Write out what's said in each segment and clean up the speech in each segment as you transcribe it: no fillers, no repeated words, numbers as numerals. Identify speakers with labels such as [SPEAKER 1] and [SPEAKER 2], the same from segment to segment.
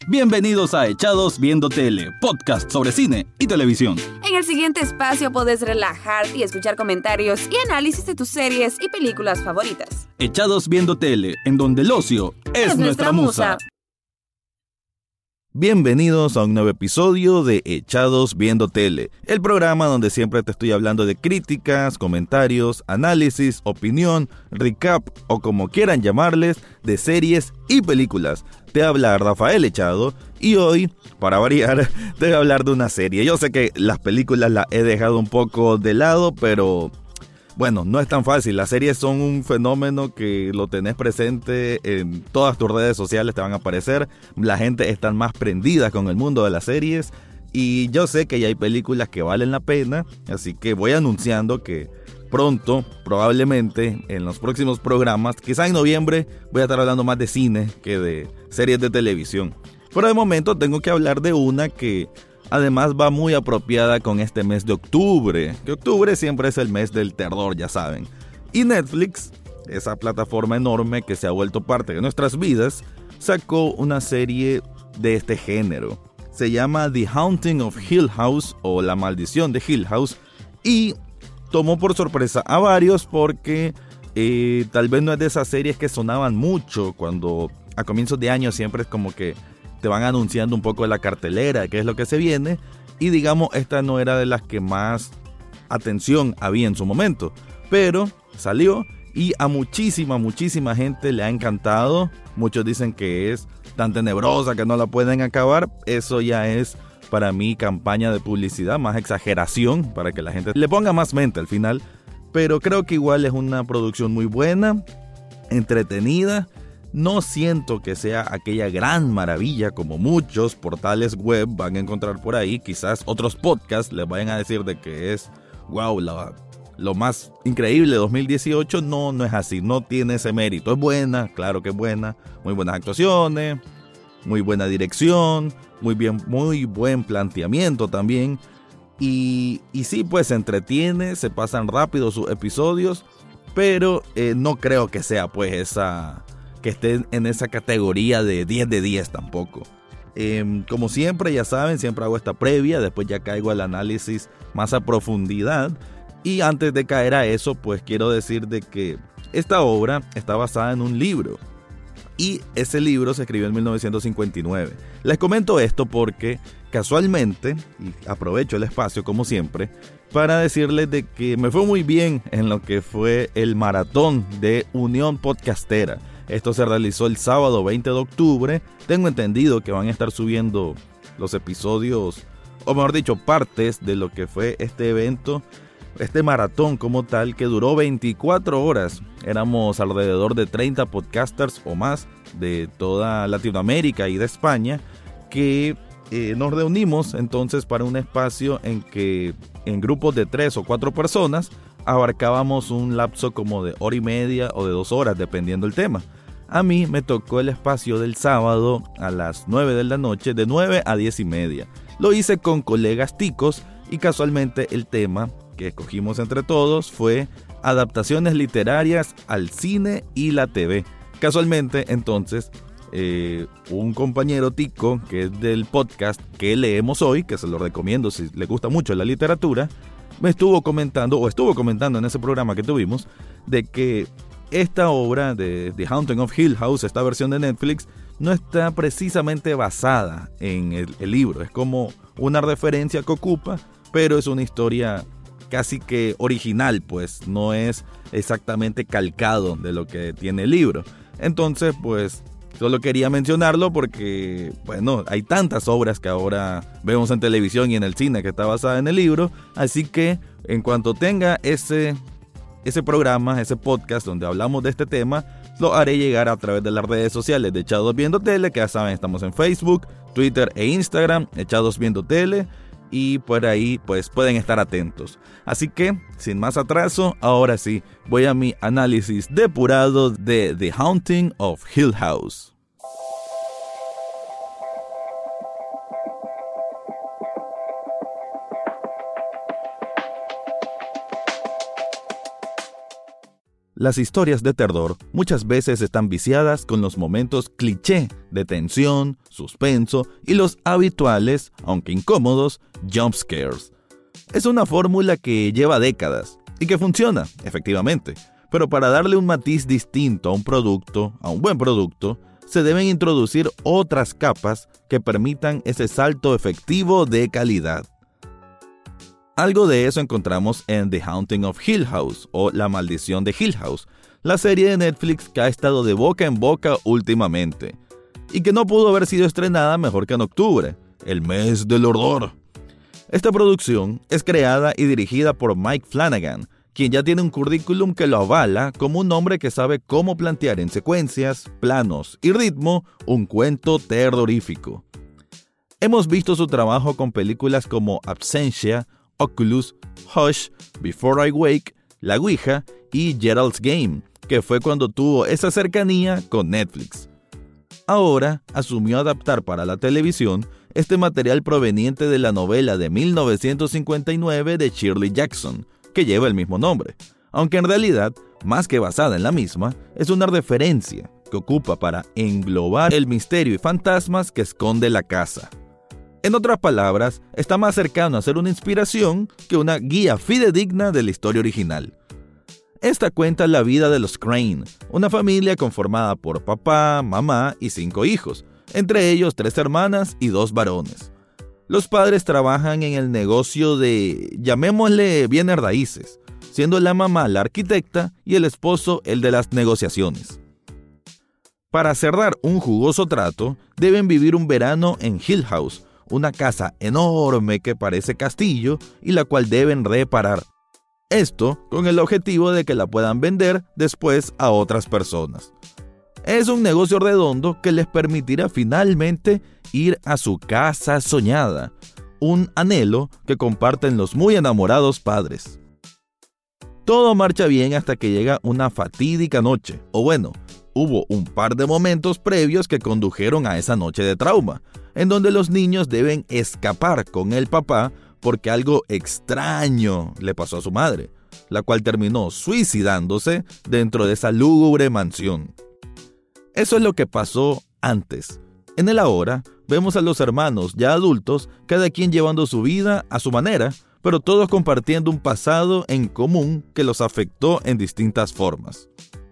[SPEAKER 1] Bienvenidos a Echados Viendo Tele, podcast sobre cine y televisión.
[SPEAKER 2] En el siguiente espacio podés relajarte y escuchar comentarios y análisis de tus series y películas favoritas.
[SPEAKER 1] Echados Viendo Tele, en donde el ocio es nuestra musa. Bienvenidos a un nuevo episodio de Echados Viendo Tele, el programa donde siempre te estoy hablando de críticas, comentarios, análisis, opinión, recap o como quieran llamarles, de series y películas. Te habla Rafael Echado y hoy, para variar, te voy a hablar de una serie. Yo sé que las películas las he dejado un poco de lado, pero bueno, no es tan fácil. Las series son un fenómeno que lo tenés presente en todas tus redes sociales, te van a aparecer. La gente está más prendida con el mundo de las series y yo sé que ya hay películas que valen la pena, así que voy anunciando que pronto, probablemente en los próximos programas, quizá en noviembre, voy a estar hablando más de cine que de series de televisión. Pero de momento tengo que hablar de una que además va muy apropiada con este mes de octubre, que octubre siempre es el mes del terror, ya saben. Y Netflix, esa plataforma enorme que se ha vuelto parte de nuestras vidas, sacó una serie de este género. Se llama The Haunting of Hill House o La Maldición de Hill House y tomó por sorpresa a varios porque tal vez no es de esas series que sonaban mucho cuando a comienzos de año siempre es como que te van anunciando un poco de la cartelera, qué es lo que se viene, y digamos esta no era de las que más atención había en su momento, pero salió y a muchísima gente le ha encantado. Muchos dicen que es tan tenebrosa que no la pueden acabar. Eso ya es para mí campaña de publicidad, más exageración para que la gente le ponga más mente al final, pero creo que igual es una producción muy buena, entretenida. No siento que sea aquella gran maravilla como muchos portales web van a encontrar por ahí. Quizás otros podcasts les vayan a decir de que es wow, lo más increíble de 2018. No es así, no tiene ese mérito. Es buena, claro que es buena, muy buenas actuaciones, muy buena dirección, muy buen planteamiento también. Y sí, pues se entretiene, se pasan rápido sus episodios, pero no creo que sea pues esa que esté en esa categoría de 10 de 10 tampoco. Como siempre, ya saben, siempre hago esta previa, después ya caigo al análisis más a profundidad. Y antes de caer a eso, pues quiero decir de que esta obra está basada en un libro. Y ese libro se escribió en 1959. Les comento esto porque casualmente, y aprovecho el espacio como siempre, para decirles de que me fue muy bien en lo que fue el maratón de Unión Podcastera. Esto se realizó el sábado 20 de octubre. Tengo entendido que van a estar subiendo los episodios, o mejor dicho, partes de lo que fue este evento, este maratón como tal, que duró 24 horas. Éramos alrededor de 30 podcasters o más de toda Latinoamérica y de España que nos reunimos entonces para un espacio en que en grupos de 3 o 4 personas abarcábamos un lapso como de hora y media o de 2 horas dependiendo del tema. A mí me tocó el espacio del sábado a las 9 de la noche, de 9 a 10 y media. Lo hice con colegas ticos y casualmente el tema que escogimos entre todos fue adaptaciones literarias al cine y la TV. Casualmente entonces un compañero tico que es del podcast que leemos hoy, que se lo recomiendo si le gusta mucho la literatura, estuvo comentando en ese programa que tuvimos de que esta obra de The Haunting of Hill House, esta versión de Netflix, no está precisamente basada en el libro. Es como una referencia que ocupa, pero es una historia casi que original, pues no es exactamente calcado de lo que tiene el libro. Entonces, pues solo quería mencionarlo porque, bueno, hay tantas obras que ahora vemos en televisión y en el cine que está basada en el libro, así que en cuanto tenga ese programa, ese podcast donde hablamos de este tema, lo haré llegar a través de las redes sociales de Echados Viendo Tele, que ya saben, estamos en Facebook, Twitter e Instagram, Echados Viendo Tele, y por ahí pues pueden estar atentos. Así que, sin más atraso, ahora sí, voy a mi análisis depurado de The Haunting of Hill House. Las historias de terror muchas veces están viciadas con los momentos cliché de tensión, suspenso y los habituales, aunque incómodos, jump scares. Es una fórmula que lleva décadas y que funciona, efectivamente, pero para darle un matiz distinto a un buen producto, se deben introducir otras capas que permitan ese salto efectivo de calidad. Algo de eso encontramos en The Haunting of Hill House o La Maldición de Hill House, la serie de Netflix que ha estado de boca en boca últimamente y que no pudo haber sido estrenada mejor que en octubre, el mes del horror. Esta producción es creada y dirigida por Mike Flanagan, quien ya tiene un currículum que lo avala como un hombre que sabe cómo plantear en secuencias, planos y ritmo un cuento terrorífico. Hemos visto su trabajo con películas como Absentia, Oculus, Hush, Before I Wake, La Ouija y Gerald's Game, que fue cuando tuvo esa cercanía con Netflix. Ahora asumió adaptar para la televisión este material proveniente de la novela de 1959 de Shirley Jackson, que lleva el mismo nombre, aunque en realidad, más que basada en la misma, es una referencia que ocupa para englobar el misterio y fantasmas que esconde la casa. En otras palabras, está más cercano a ser una inspiración que una guía fidedigna de la historia original. Esta cuenta la vida de los Crane, una familia conformada por papá, mamá y 5 hijos, entre ellos 3 hermanas y 2 varones. Los padres trabajan en el negocio de, llamémosle, bienes raíces, siendo la mamá la arquitecta y el esposo el de las negociaciones. Para cerrar un jugoso trato, deben vivir un verano en Hill House, una casa enorme que parece castillo y la cual deben reparar. Esto con el objetivo de que la puedan vender después a otras personas. Es un negocio redondo que les permitirá finalmente ir a su casa soñada, un anhelo que comparten los muy enamorados padres. Todo marcha bien hasta que llega una fatídica noche, o bueno, hubo un par de momentos previos que condujeron a esa noche de trauma, en donde los niños deben escapar con el papá porque algo extraño le pasó a su madre, la cual terminó suicidándose dentro de esa lúgubre mansión. Eso es lo que pasó antes. En el ahora, vemos a los hermanos ya adultos, cada quien llevando su vida a su manera, pero todos compartiendo un pasado en común que los afectó en distintas formas.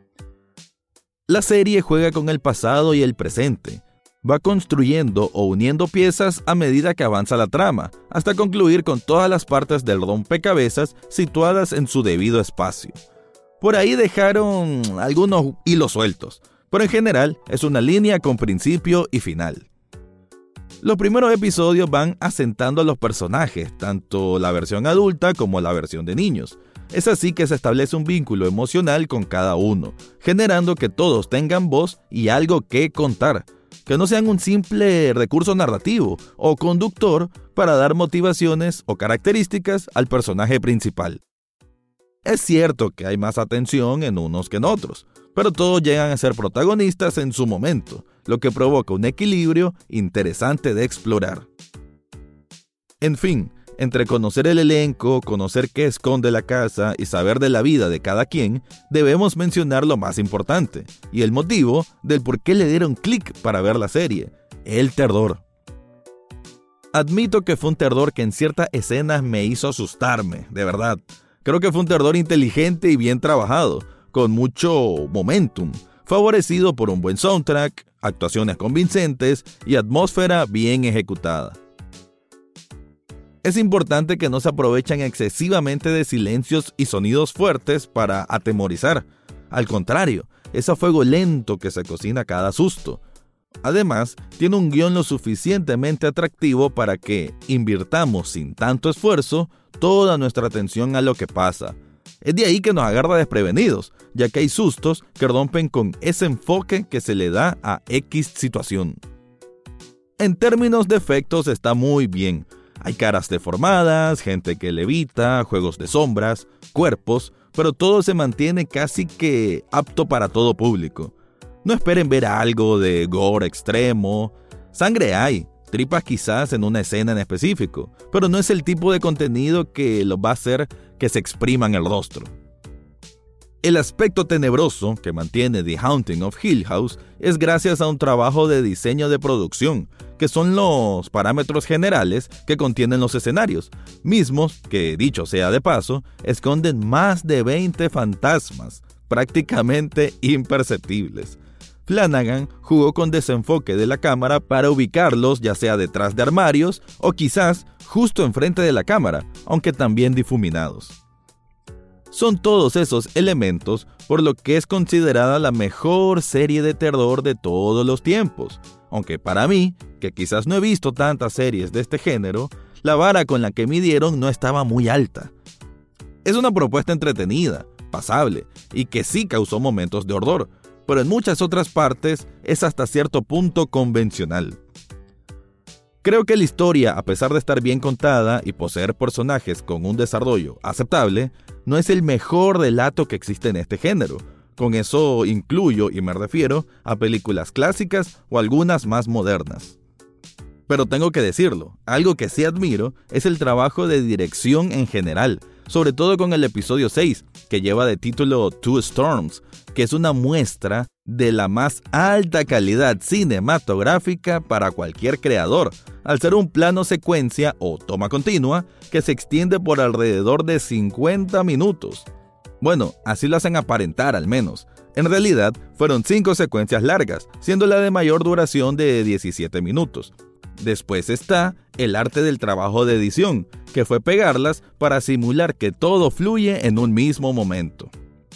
[SPEAKER 1] La serie juega con el pasado y el presente. Va construyendo o uniendo piezas a medida que avanza la trama, hasta concluir con todas las partes del rompecabezas situadas en su debido espacio. Por ahí dejaron algunos hilos sueltos, pero en general es una línea con principio y final. Los primeros episodios van asentando a los personajes, tanto la versión adulta como la versión de niños. Es así que se establece un vínculo emocional con cada uno, generando que todos tengan voz y algo que contar, que no sean un simple recurso narrativo o conductor para dar motivaciones o características al personaje principal. Es cierto que hay más atención en unos que en otros, pero todos llegan a ser protagonistas en su momento, lo que provoca un equilibrio interesante de explorar. En fin, entre conocer el elenco, conocer qué esconde la casa y saber de la vida de cada quien, debemos mencionar lo más importante, y el motivo del por qué le dieron clic para ver la serie: el terror. Admito que fue un terror que en ciertas escenas me hizo asustarme, de verdad. Creo que fue un terror inteligente y bien trabajado, con mucho momentum, favorecido por un buen soundtrack, actuaciones convincentes y atmósfera bien ejecutada. Es importante que no se aprovechen excesivamente de silencios y sonidos fuertes para atemorizar. Al contrario, es a fuego lento que se cocina cada susto. Además, tiene un guión lo suficientemente atractivo para que invirtamos sin tanto esfuerzo toda nuestra atención a lo que pasa. Es de ahí que nos agarra desprevenidos, ya que hay sustos que rompen con ese enfoque que se le da a X situación. En términos de efectos está muy bien. Hay caras deformadas, gente que levita, juegos de sombras, cuerpos, pero todo se mantiene casi que apto para todo público. No esperen ver algo de gore extremo. Sangre hay, tripas quizás en una escena en específico, pero no es el tipo de contenido que los va a hacer que se expriman el rostro. El aspecto tenebroso que mantiene The Haunting of Hill House es gracias a un trabajo de diseño de producción, que son los parámetros generales que contienen los escenarios, mismos que, dicho sea de paso, esconden más de 20 fantasmas, prácticamente imperceptibles. Flanagan jugó con desenfoque de la cámara para ubicarlos ya sea detrás de armarios o quizás justo enfrente de la cámara, aunque también difuminados. Son todos esos elementos por lo que es considerada la mejor serie de terror de todos los tiempos, aunque para mí, que quizás no he visto tantas series de este género, la vara con la que midieron no estaba muy alta. Es una propuesta entretenida, pasable y que sí causó momentos de horror, pero en muchas otras partes es hasta cierto punto convencional. Creo que la historia, a pesar de estar bien contada y poseer personajes con un desarrollo aceptable, no es el mejor relato que existe en este género. Con eso incluyo y me refiero a películas clásicas o algunas más modernas. Pero tengo que decirlo, algo que sí admiro es el trabajo de dirección en general, sobre todo con el episodio 6, que lleva de título Two Storms, que es una muestra de la más alta calidad cinematográfica para cualquier creador, al ser un plano secuencia o toma continua que se extiende por alrededor de 50 minutos. Bueno, así lo hacen aparentar al menos. En realidad, fueron 5 secuencias largas, siendo la de mayor duración de 17 minutos. Después está el arte del trabajo de edición, que fue pegarlas para simular que todo fluye en un mismo momento.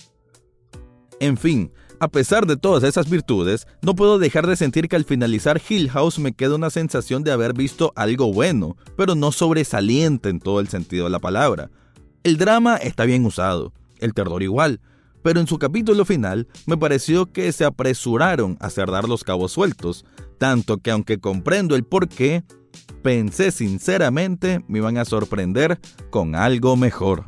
[SPEAKER 1] En fin, a pesar de todas esas virtudes, no puedo dejar de sentir que al finalizar Hill House me queda una sensación de haber visto algo bueno, pero no sobresaliente en todo el sentido de la palabra. El drama está bien usado, el terror igual, pero en su capítulo final me pareció que se apresuraron a cerrar los cabos sueltos, tanto que aunque comprendo el porqué, pensé sinceramente me iban a sorprender con algo mejor.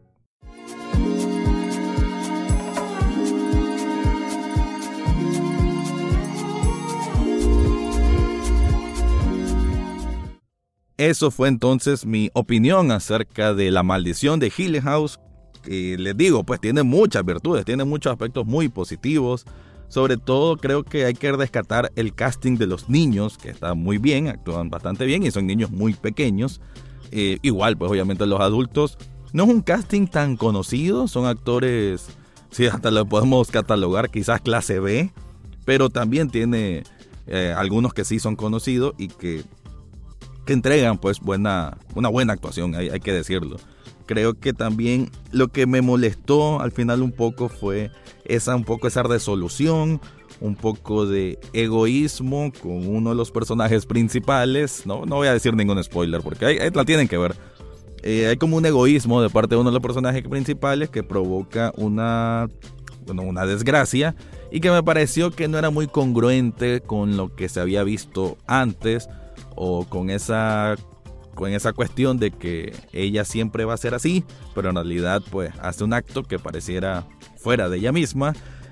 [SPEAKER 1] Eso fue entonces mi opinión acerca de La Maldición de Hill House. Y les digo, pues tiene muchas virtudes, tiene muchos aspectos muy positivos. Sobre todo creo que hay que rescatar el casting de los niños, que está muy bien, actúan bastante bien y son niños muy pequeños. Igual, pues obviamente los adultos, no es un casting tan conocido, son actores, sí, hasta lo podemos catalogar quizás clase B, pero también tiene algunos que sí son conocidos y que entregan pues una buena actuación, hay que decirlo. Creo que también lo que me molestó al final un poco fue esa resolución, un poco de egoísmo con uno de los personajes principales. No voy a decir ningún spoiler porque ahí la tienen que ver. Hay como un egoísmo de parte de uno de los personajes principales que provoca una desgracia y que me pareció que no era muy congruente con lo que se había visto antes o con esa cuestión de que ella siempre va a ser así, pero en realidad pues hace un acto que pareciera fuera de ella misma.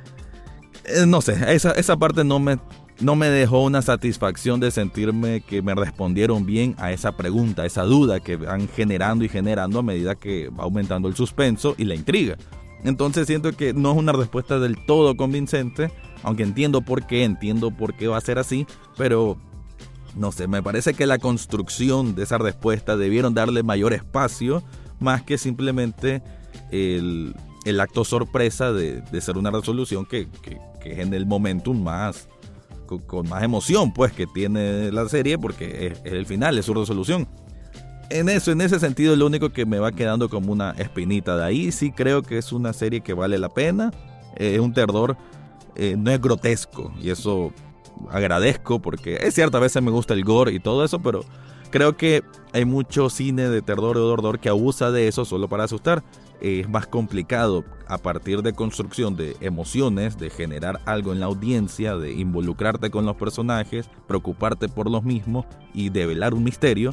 [SPEAKER 1] No sé, esa parte no me dejó una satisfacción de sentirme que me respondieron bien a esa pregunta, a esa duda que van generando y generando a medida que va aumentando el suspenso y la intriga. Entonces siento que no es una respuesta del todo convincente, aunque entiendo por qué va a ser así, pero no sé, me parece que la construcción de esa respuesta debieron darle mayor espacio, más que simplemente el acto sorpresa de ser una resolución que es en el momentum más, con más emoción pues que tiene la serie, porque es el final, es su resolución. En ese sentido, lo único que me va quedando como una espinita de ahí. Sí creo que es una serie que vale la pena, es un terror, no es grotesco, y eso agradezco, porque es cierto, a veces me gusta el gore y todo eso, pero creo que hay mucho cine de terror o de horror que abusa de eso solo para asustar. Es más complicado a partir de construcción de emociones, de generar algo en la audiencia, de involucrarte con los personajes, preocuparte por los mismos y develar un misterio.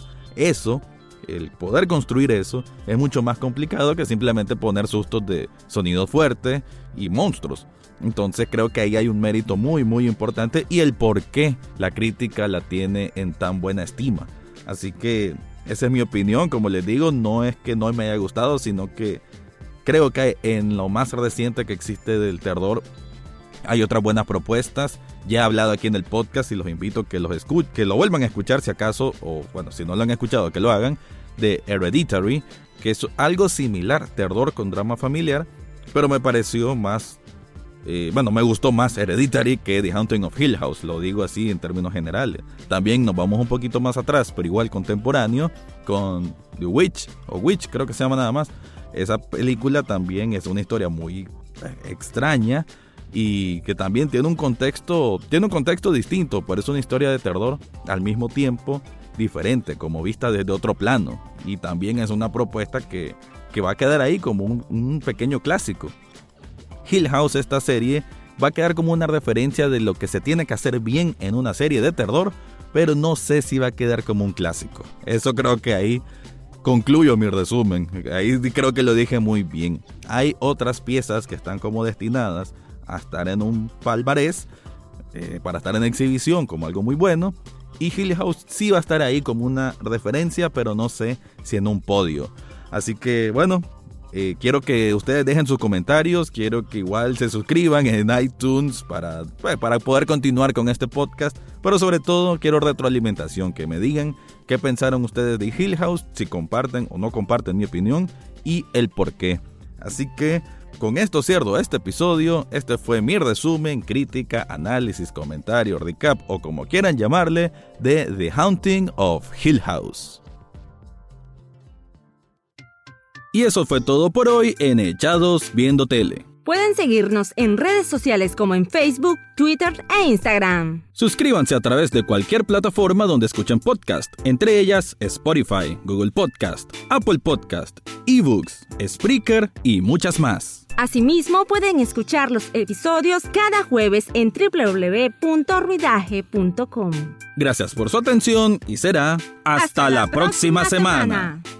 [SPEAKER 1] El poder construir eso es mucho más complicado que simplemente poner sustos de sonidos fuertes y monstruos. Entonces creo que ahí hay un mérito muy muy importante y el por qué la crítica la tiene en tan buena estima. Así que esa es mi opinión. Como les digo, no es que no me haya gustado, sino que Creo que en lo más reciente que existe del terror hay otras buenas propuestas. Ya he hablado aquí en el podcast y los invito a que lo vuelvan a escuchar si acaso, o bueno, si no lo han escuchado, que lo hagan, de Hereditary, que es algo similar, terror con drama familiar, pero me pareció más, me gustó más Hereditary que The Haunting of Hill House, lo digo así en términos generales. También nos vamos un poquito más atrás, pero igual contemporáneo, con The Witch, o Witch creo que se llama nada más. Esa película también es una historia muy extraña y que también tiene un contexto distinto, pero es una historia de terror al mismo tiempo diferente, como vista desde otro plano, y también es una propuesta que va a quedar ahí como un pequeño clásico. Hill House, esta serie, va a quedar como una referencia de lo que se tiene que hacer bien en una serie de terror, pero no sé si va a quedar como un clásico. Eso creo que ahí concluyo mi resumen. Ahí creo que lo dije muy bien. Hay otras piezas que están como destinadas a estar en un palmarés, para estar en exhibición como algo muy bueno. Y Hill House sí va a estar ahí como una referencia, pero no sé si en un podio. Así que bueno, quiero que ustedes dejen sus comentarios. Quiero que igual se suscriban en iTunes para poder continuar con este podcast. Pero sobre todo quiero retroalimentación, que me digan qué pensaron ustedes de Hill House, si comparten o no comparten mi opinión y el por qué. Así que con esto cierro este episodio. Este fue mi resumen, crítica, análisis, comentario, recap o como quieran llamarle, de The Haunting of Hill House. Y eso fue todo por hoy en Echados Viendo Tele.
[SPEAKER 2] Pueden seguirnos en redes sociales como en Facebook, Twitter e Instagram.
[SPEAKER 1] Suscríbanse a través de cualquier plataforma donde escuchen podcast, entre ellas Spotify, Google Podcast, Apple Podcast, eBooks, Spreaker y muchas más.
[SPEAKER 2] Asimismo, pueden escuchar los episodios cada jueves en www.ruidaje.com.
[SPEAKER 1] Gracias por su atención y será hasta la próxima semana.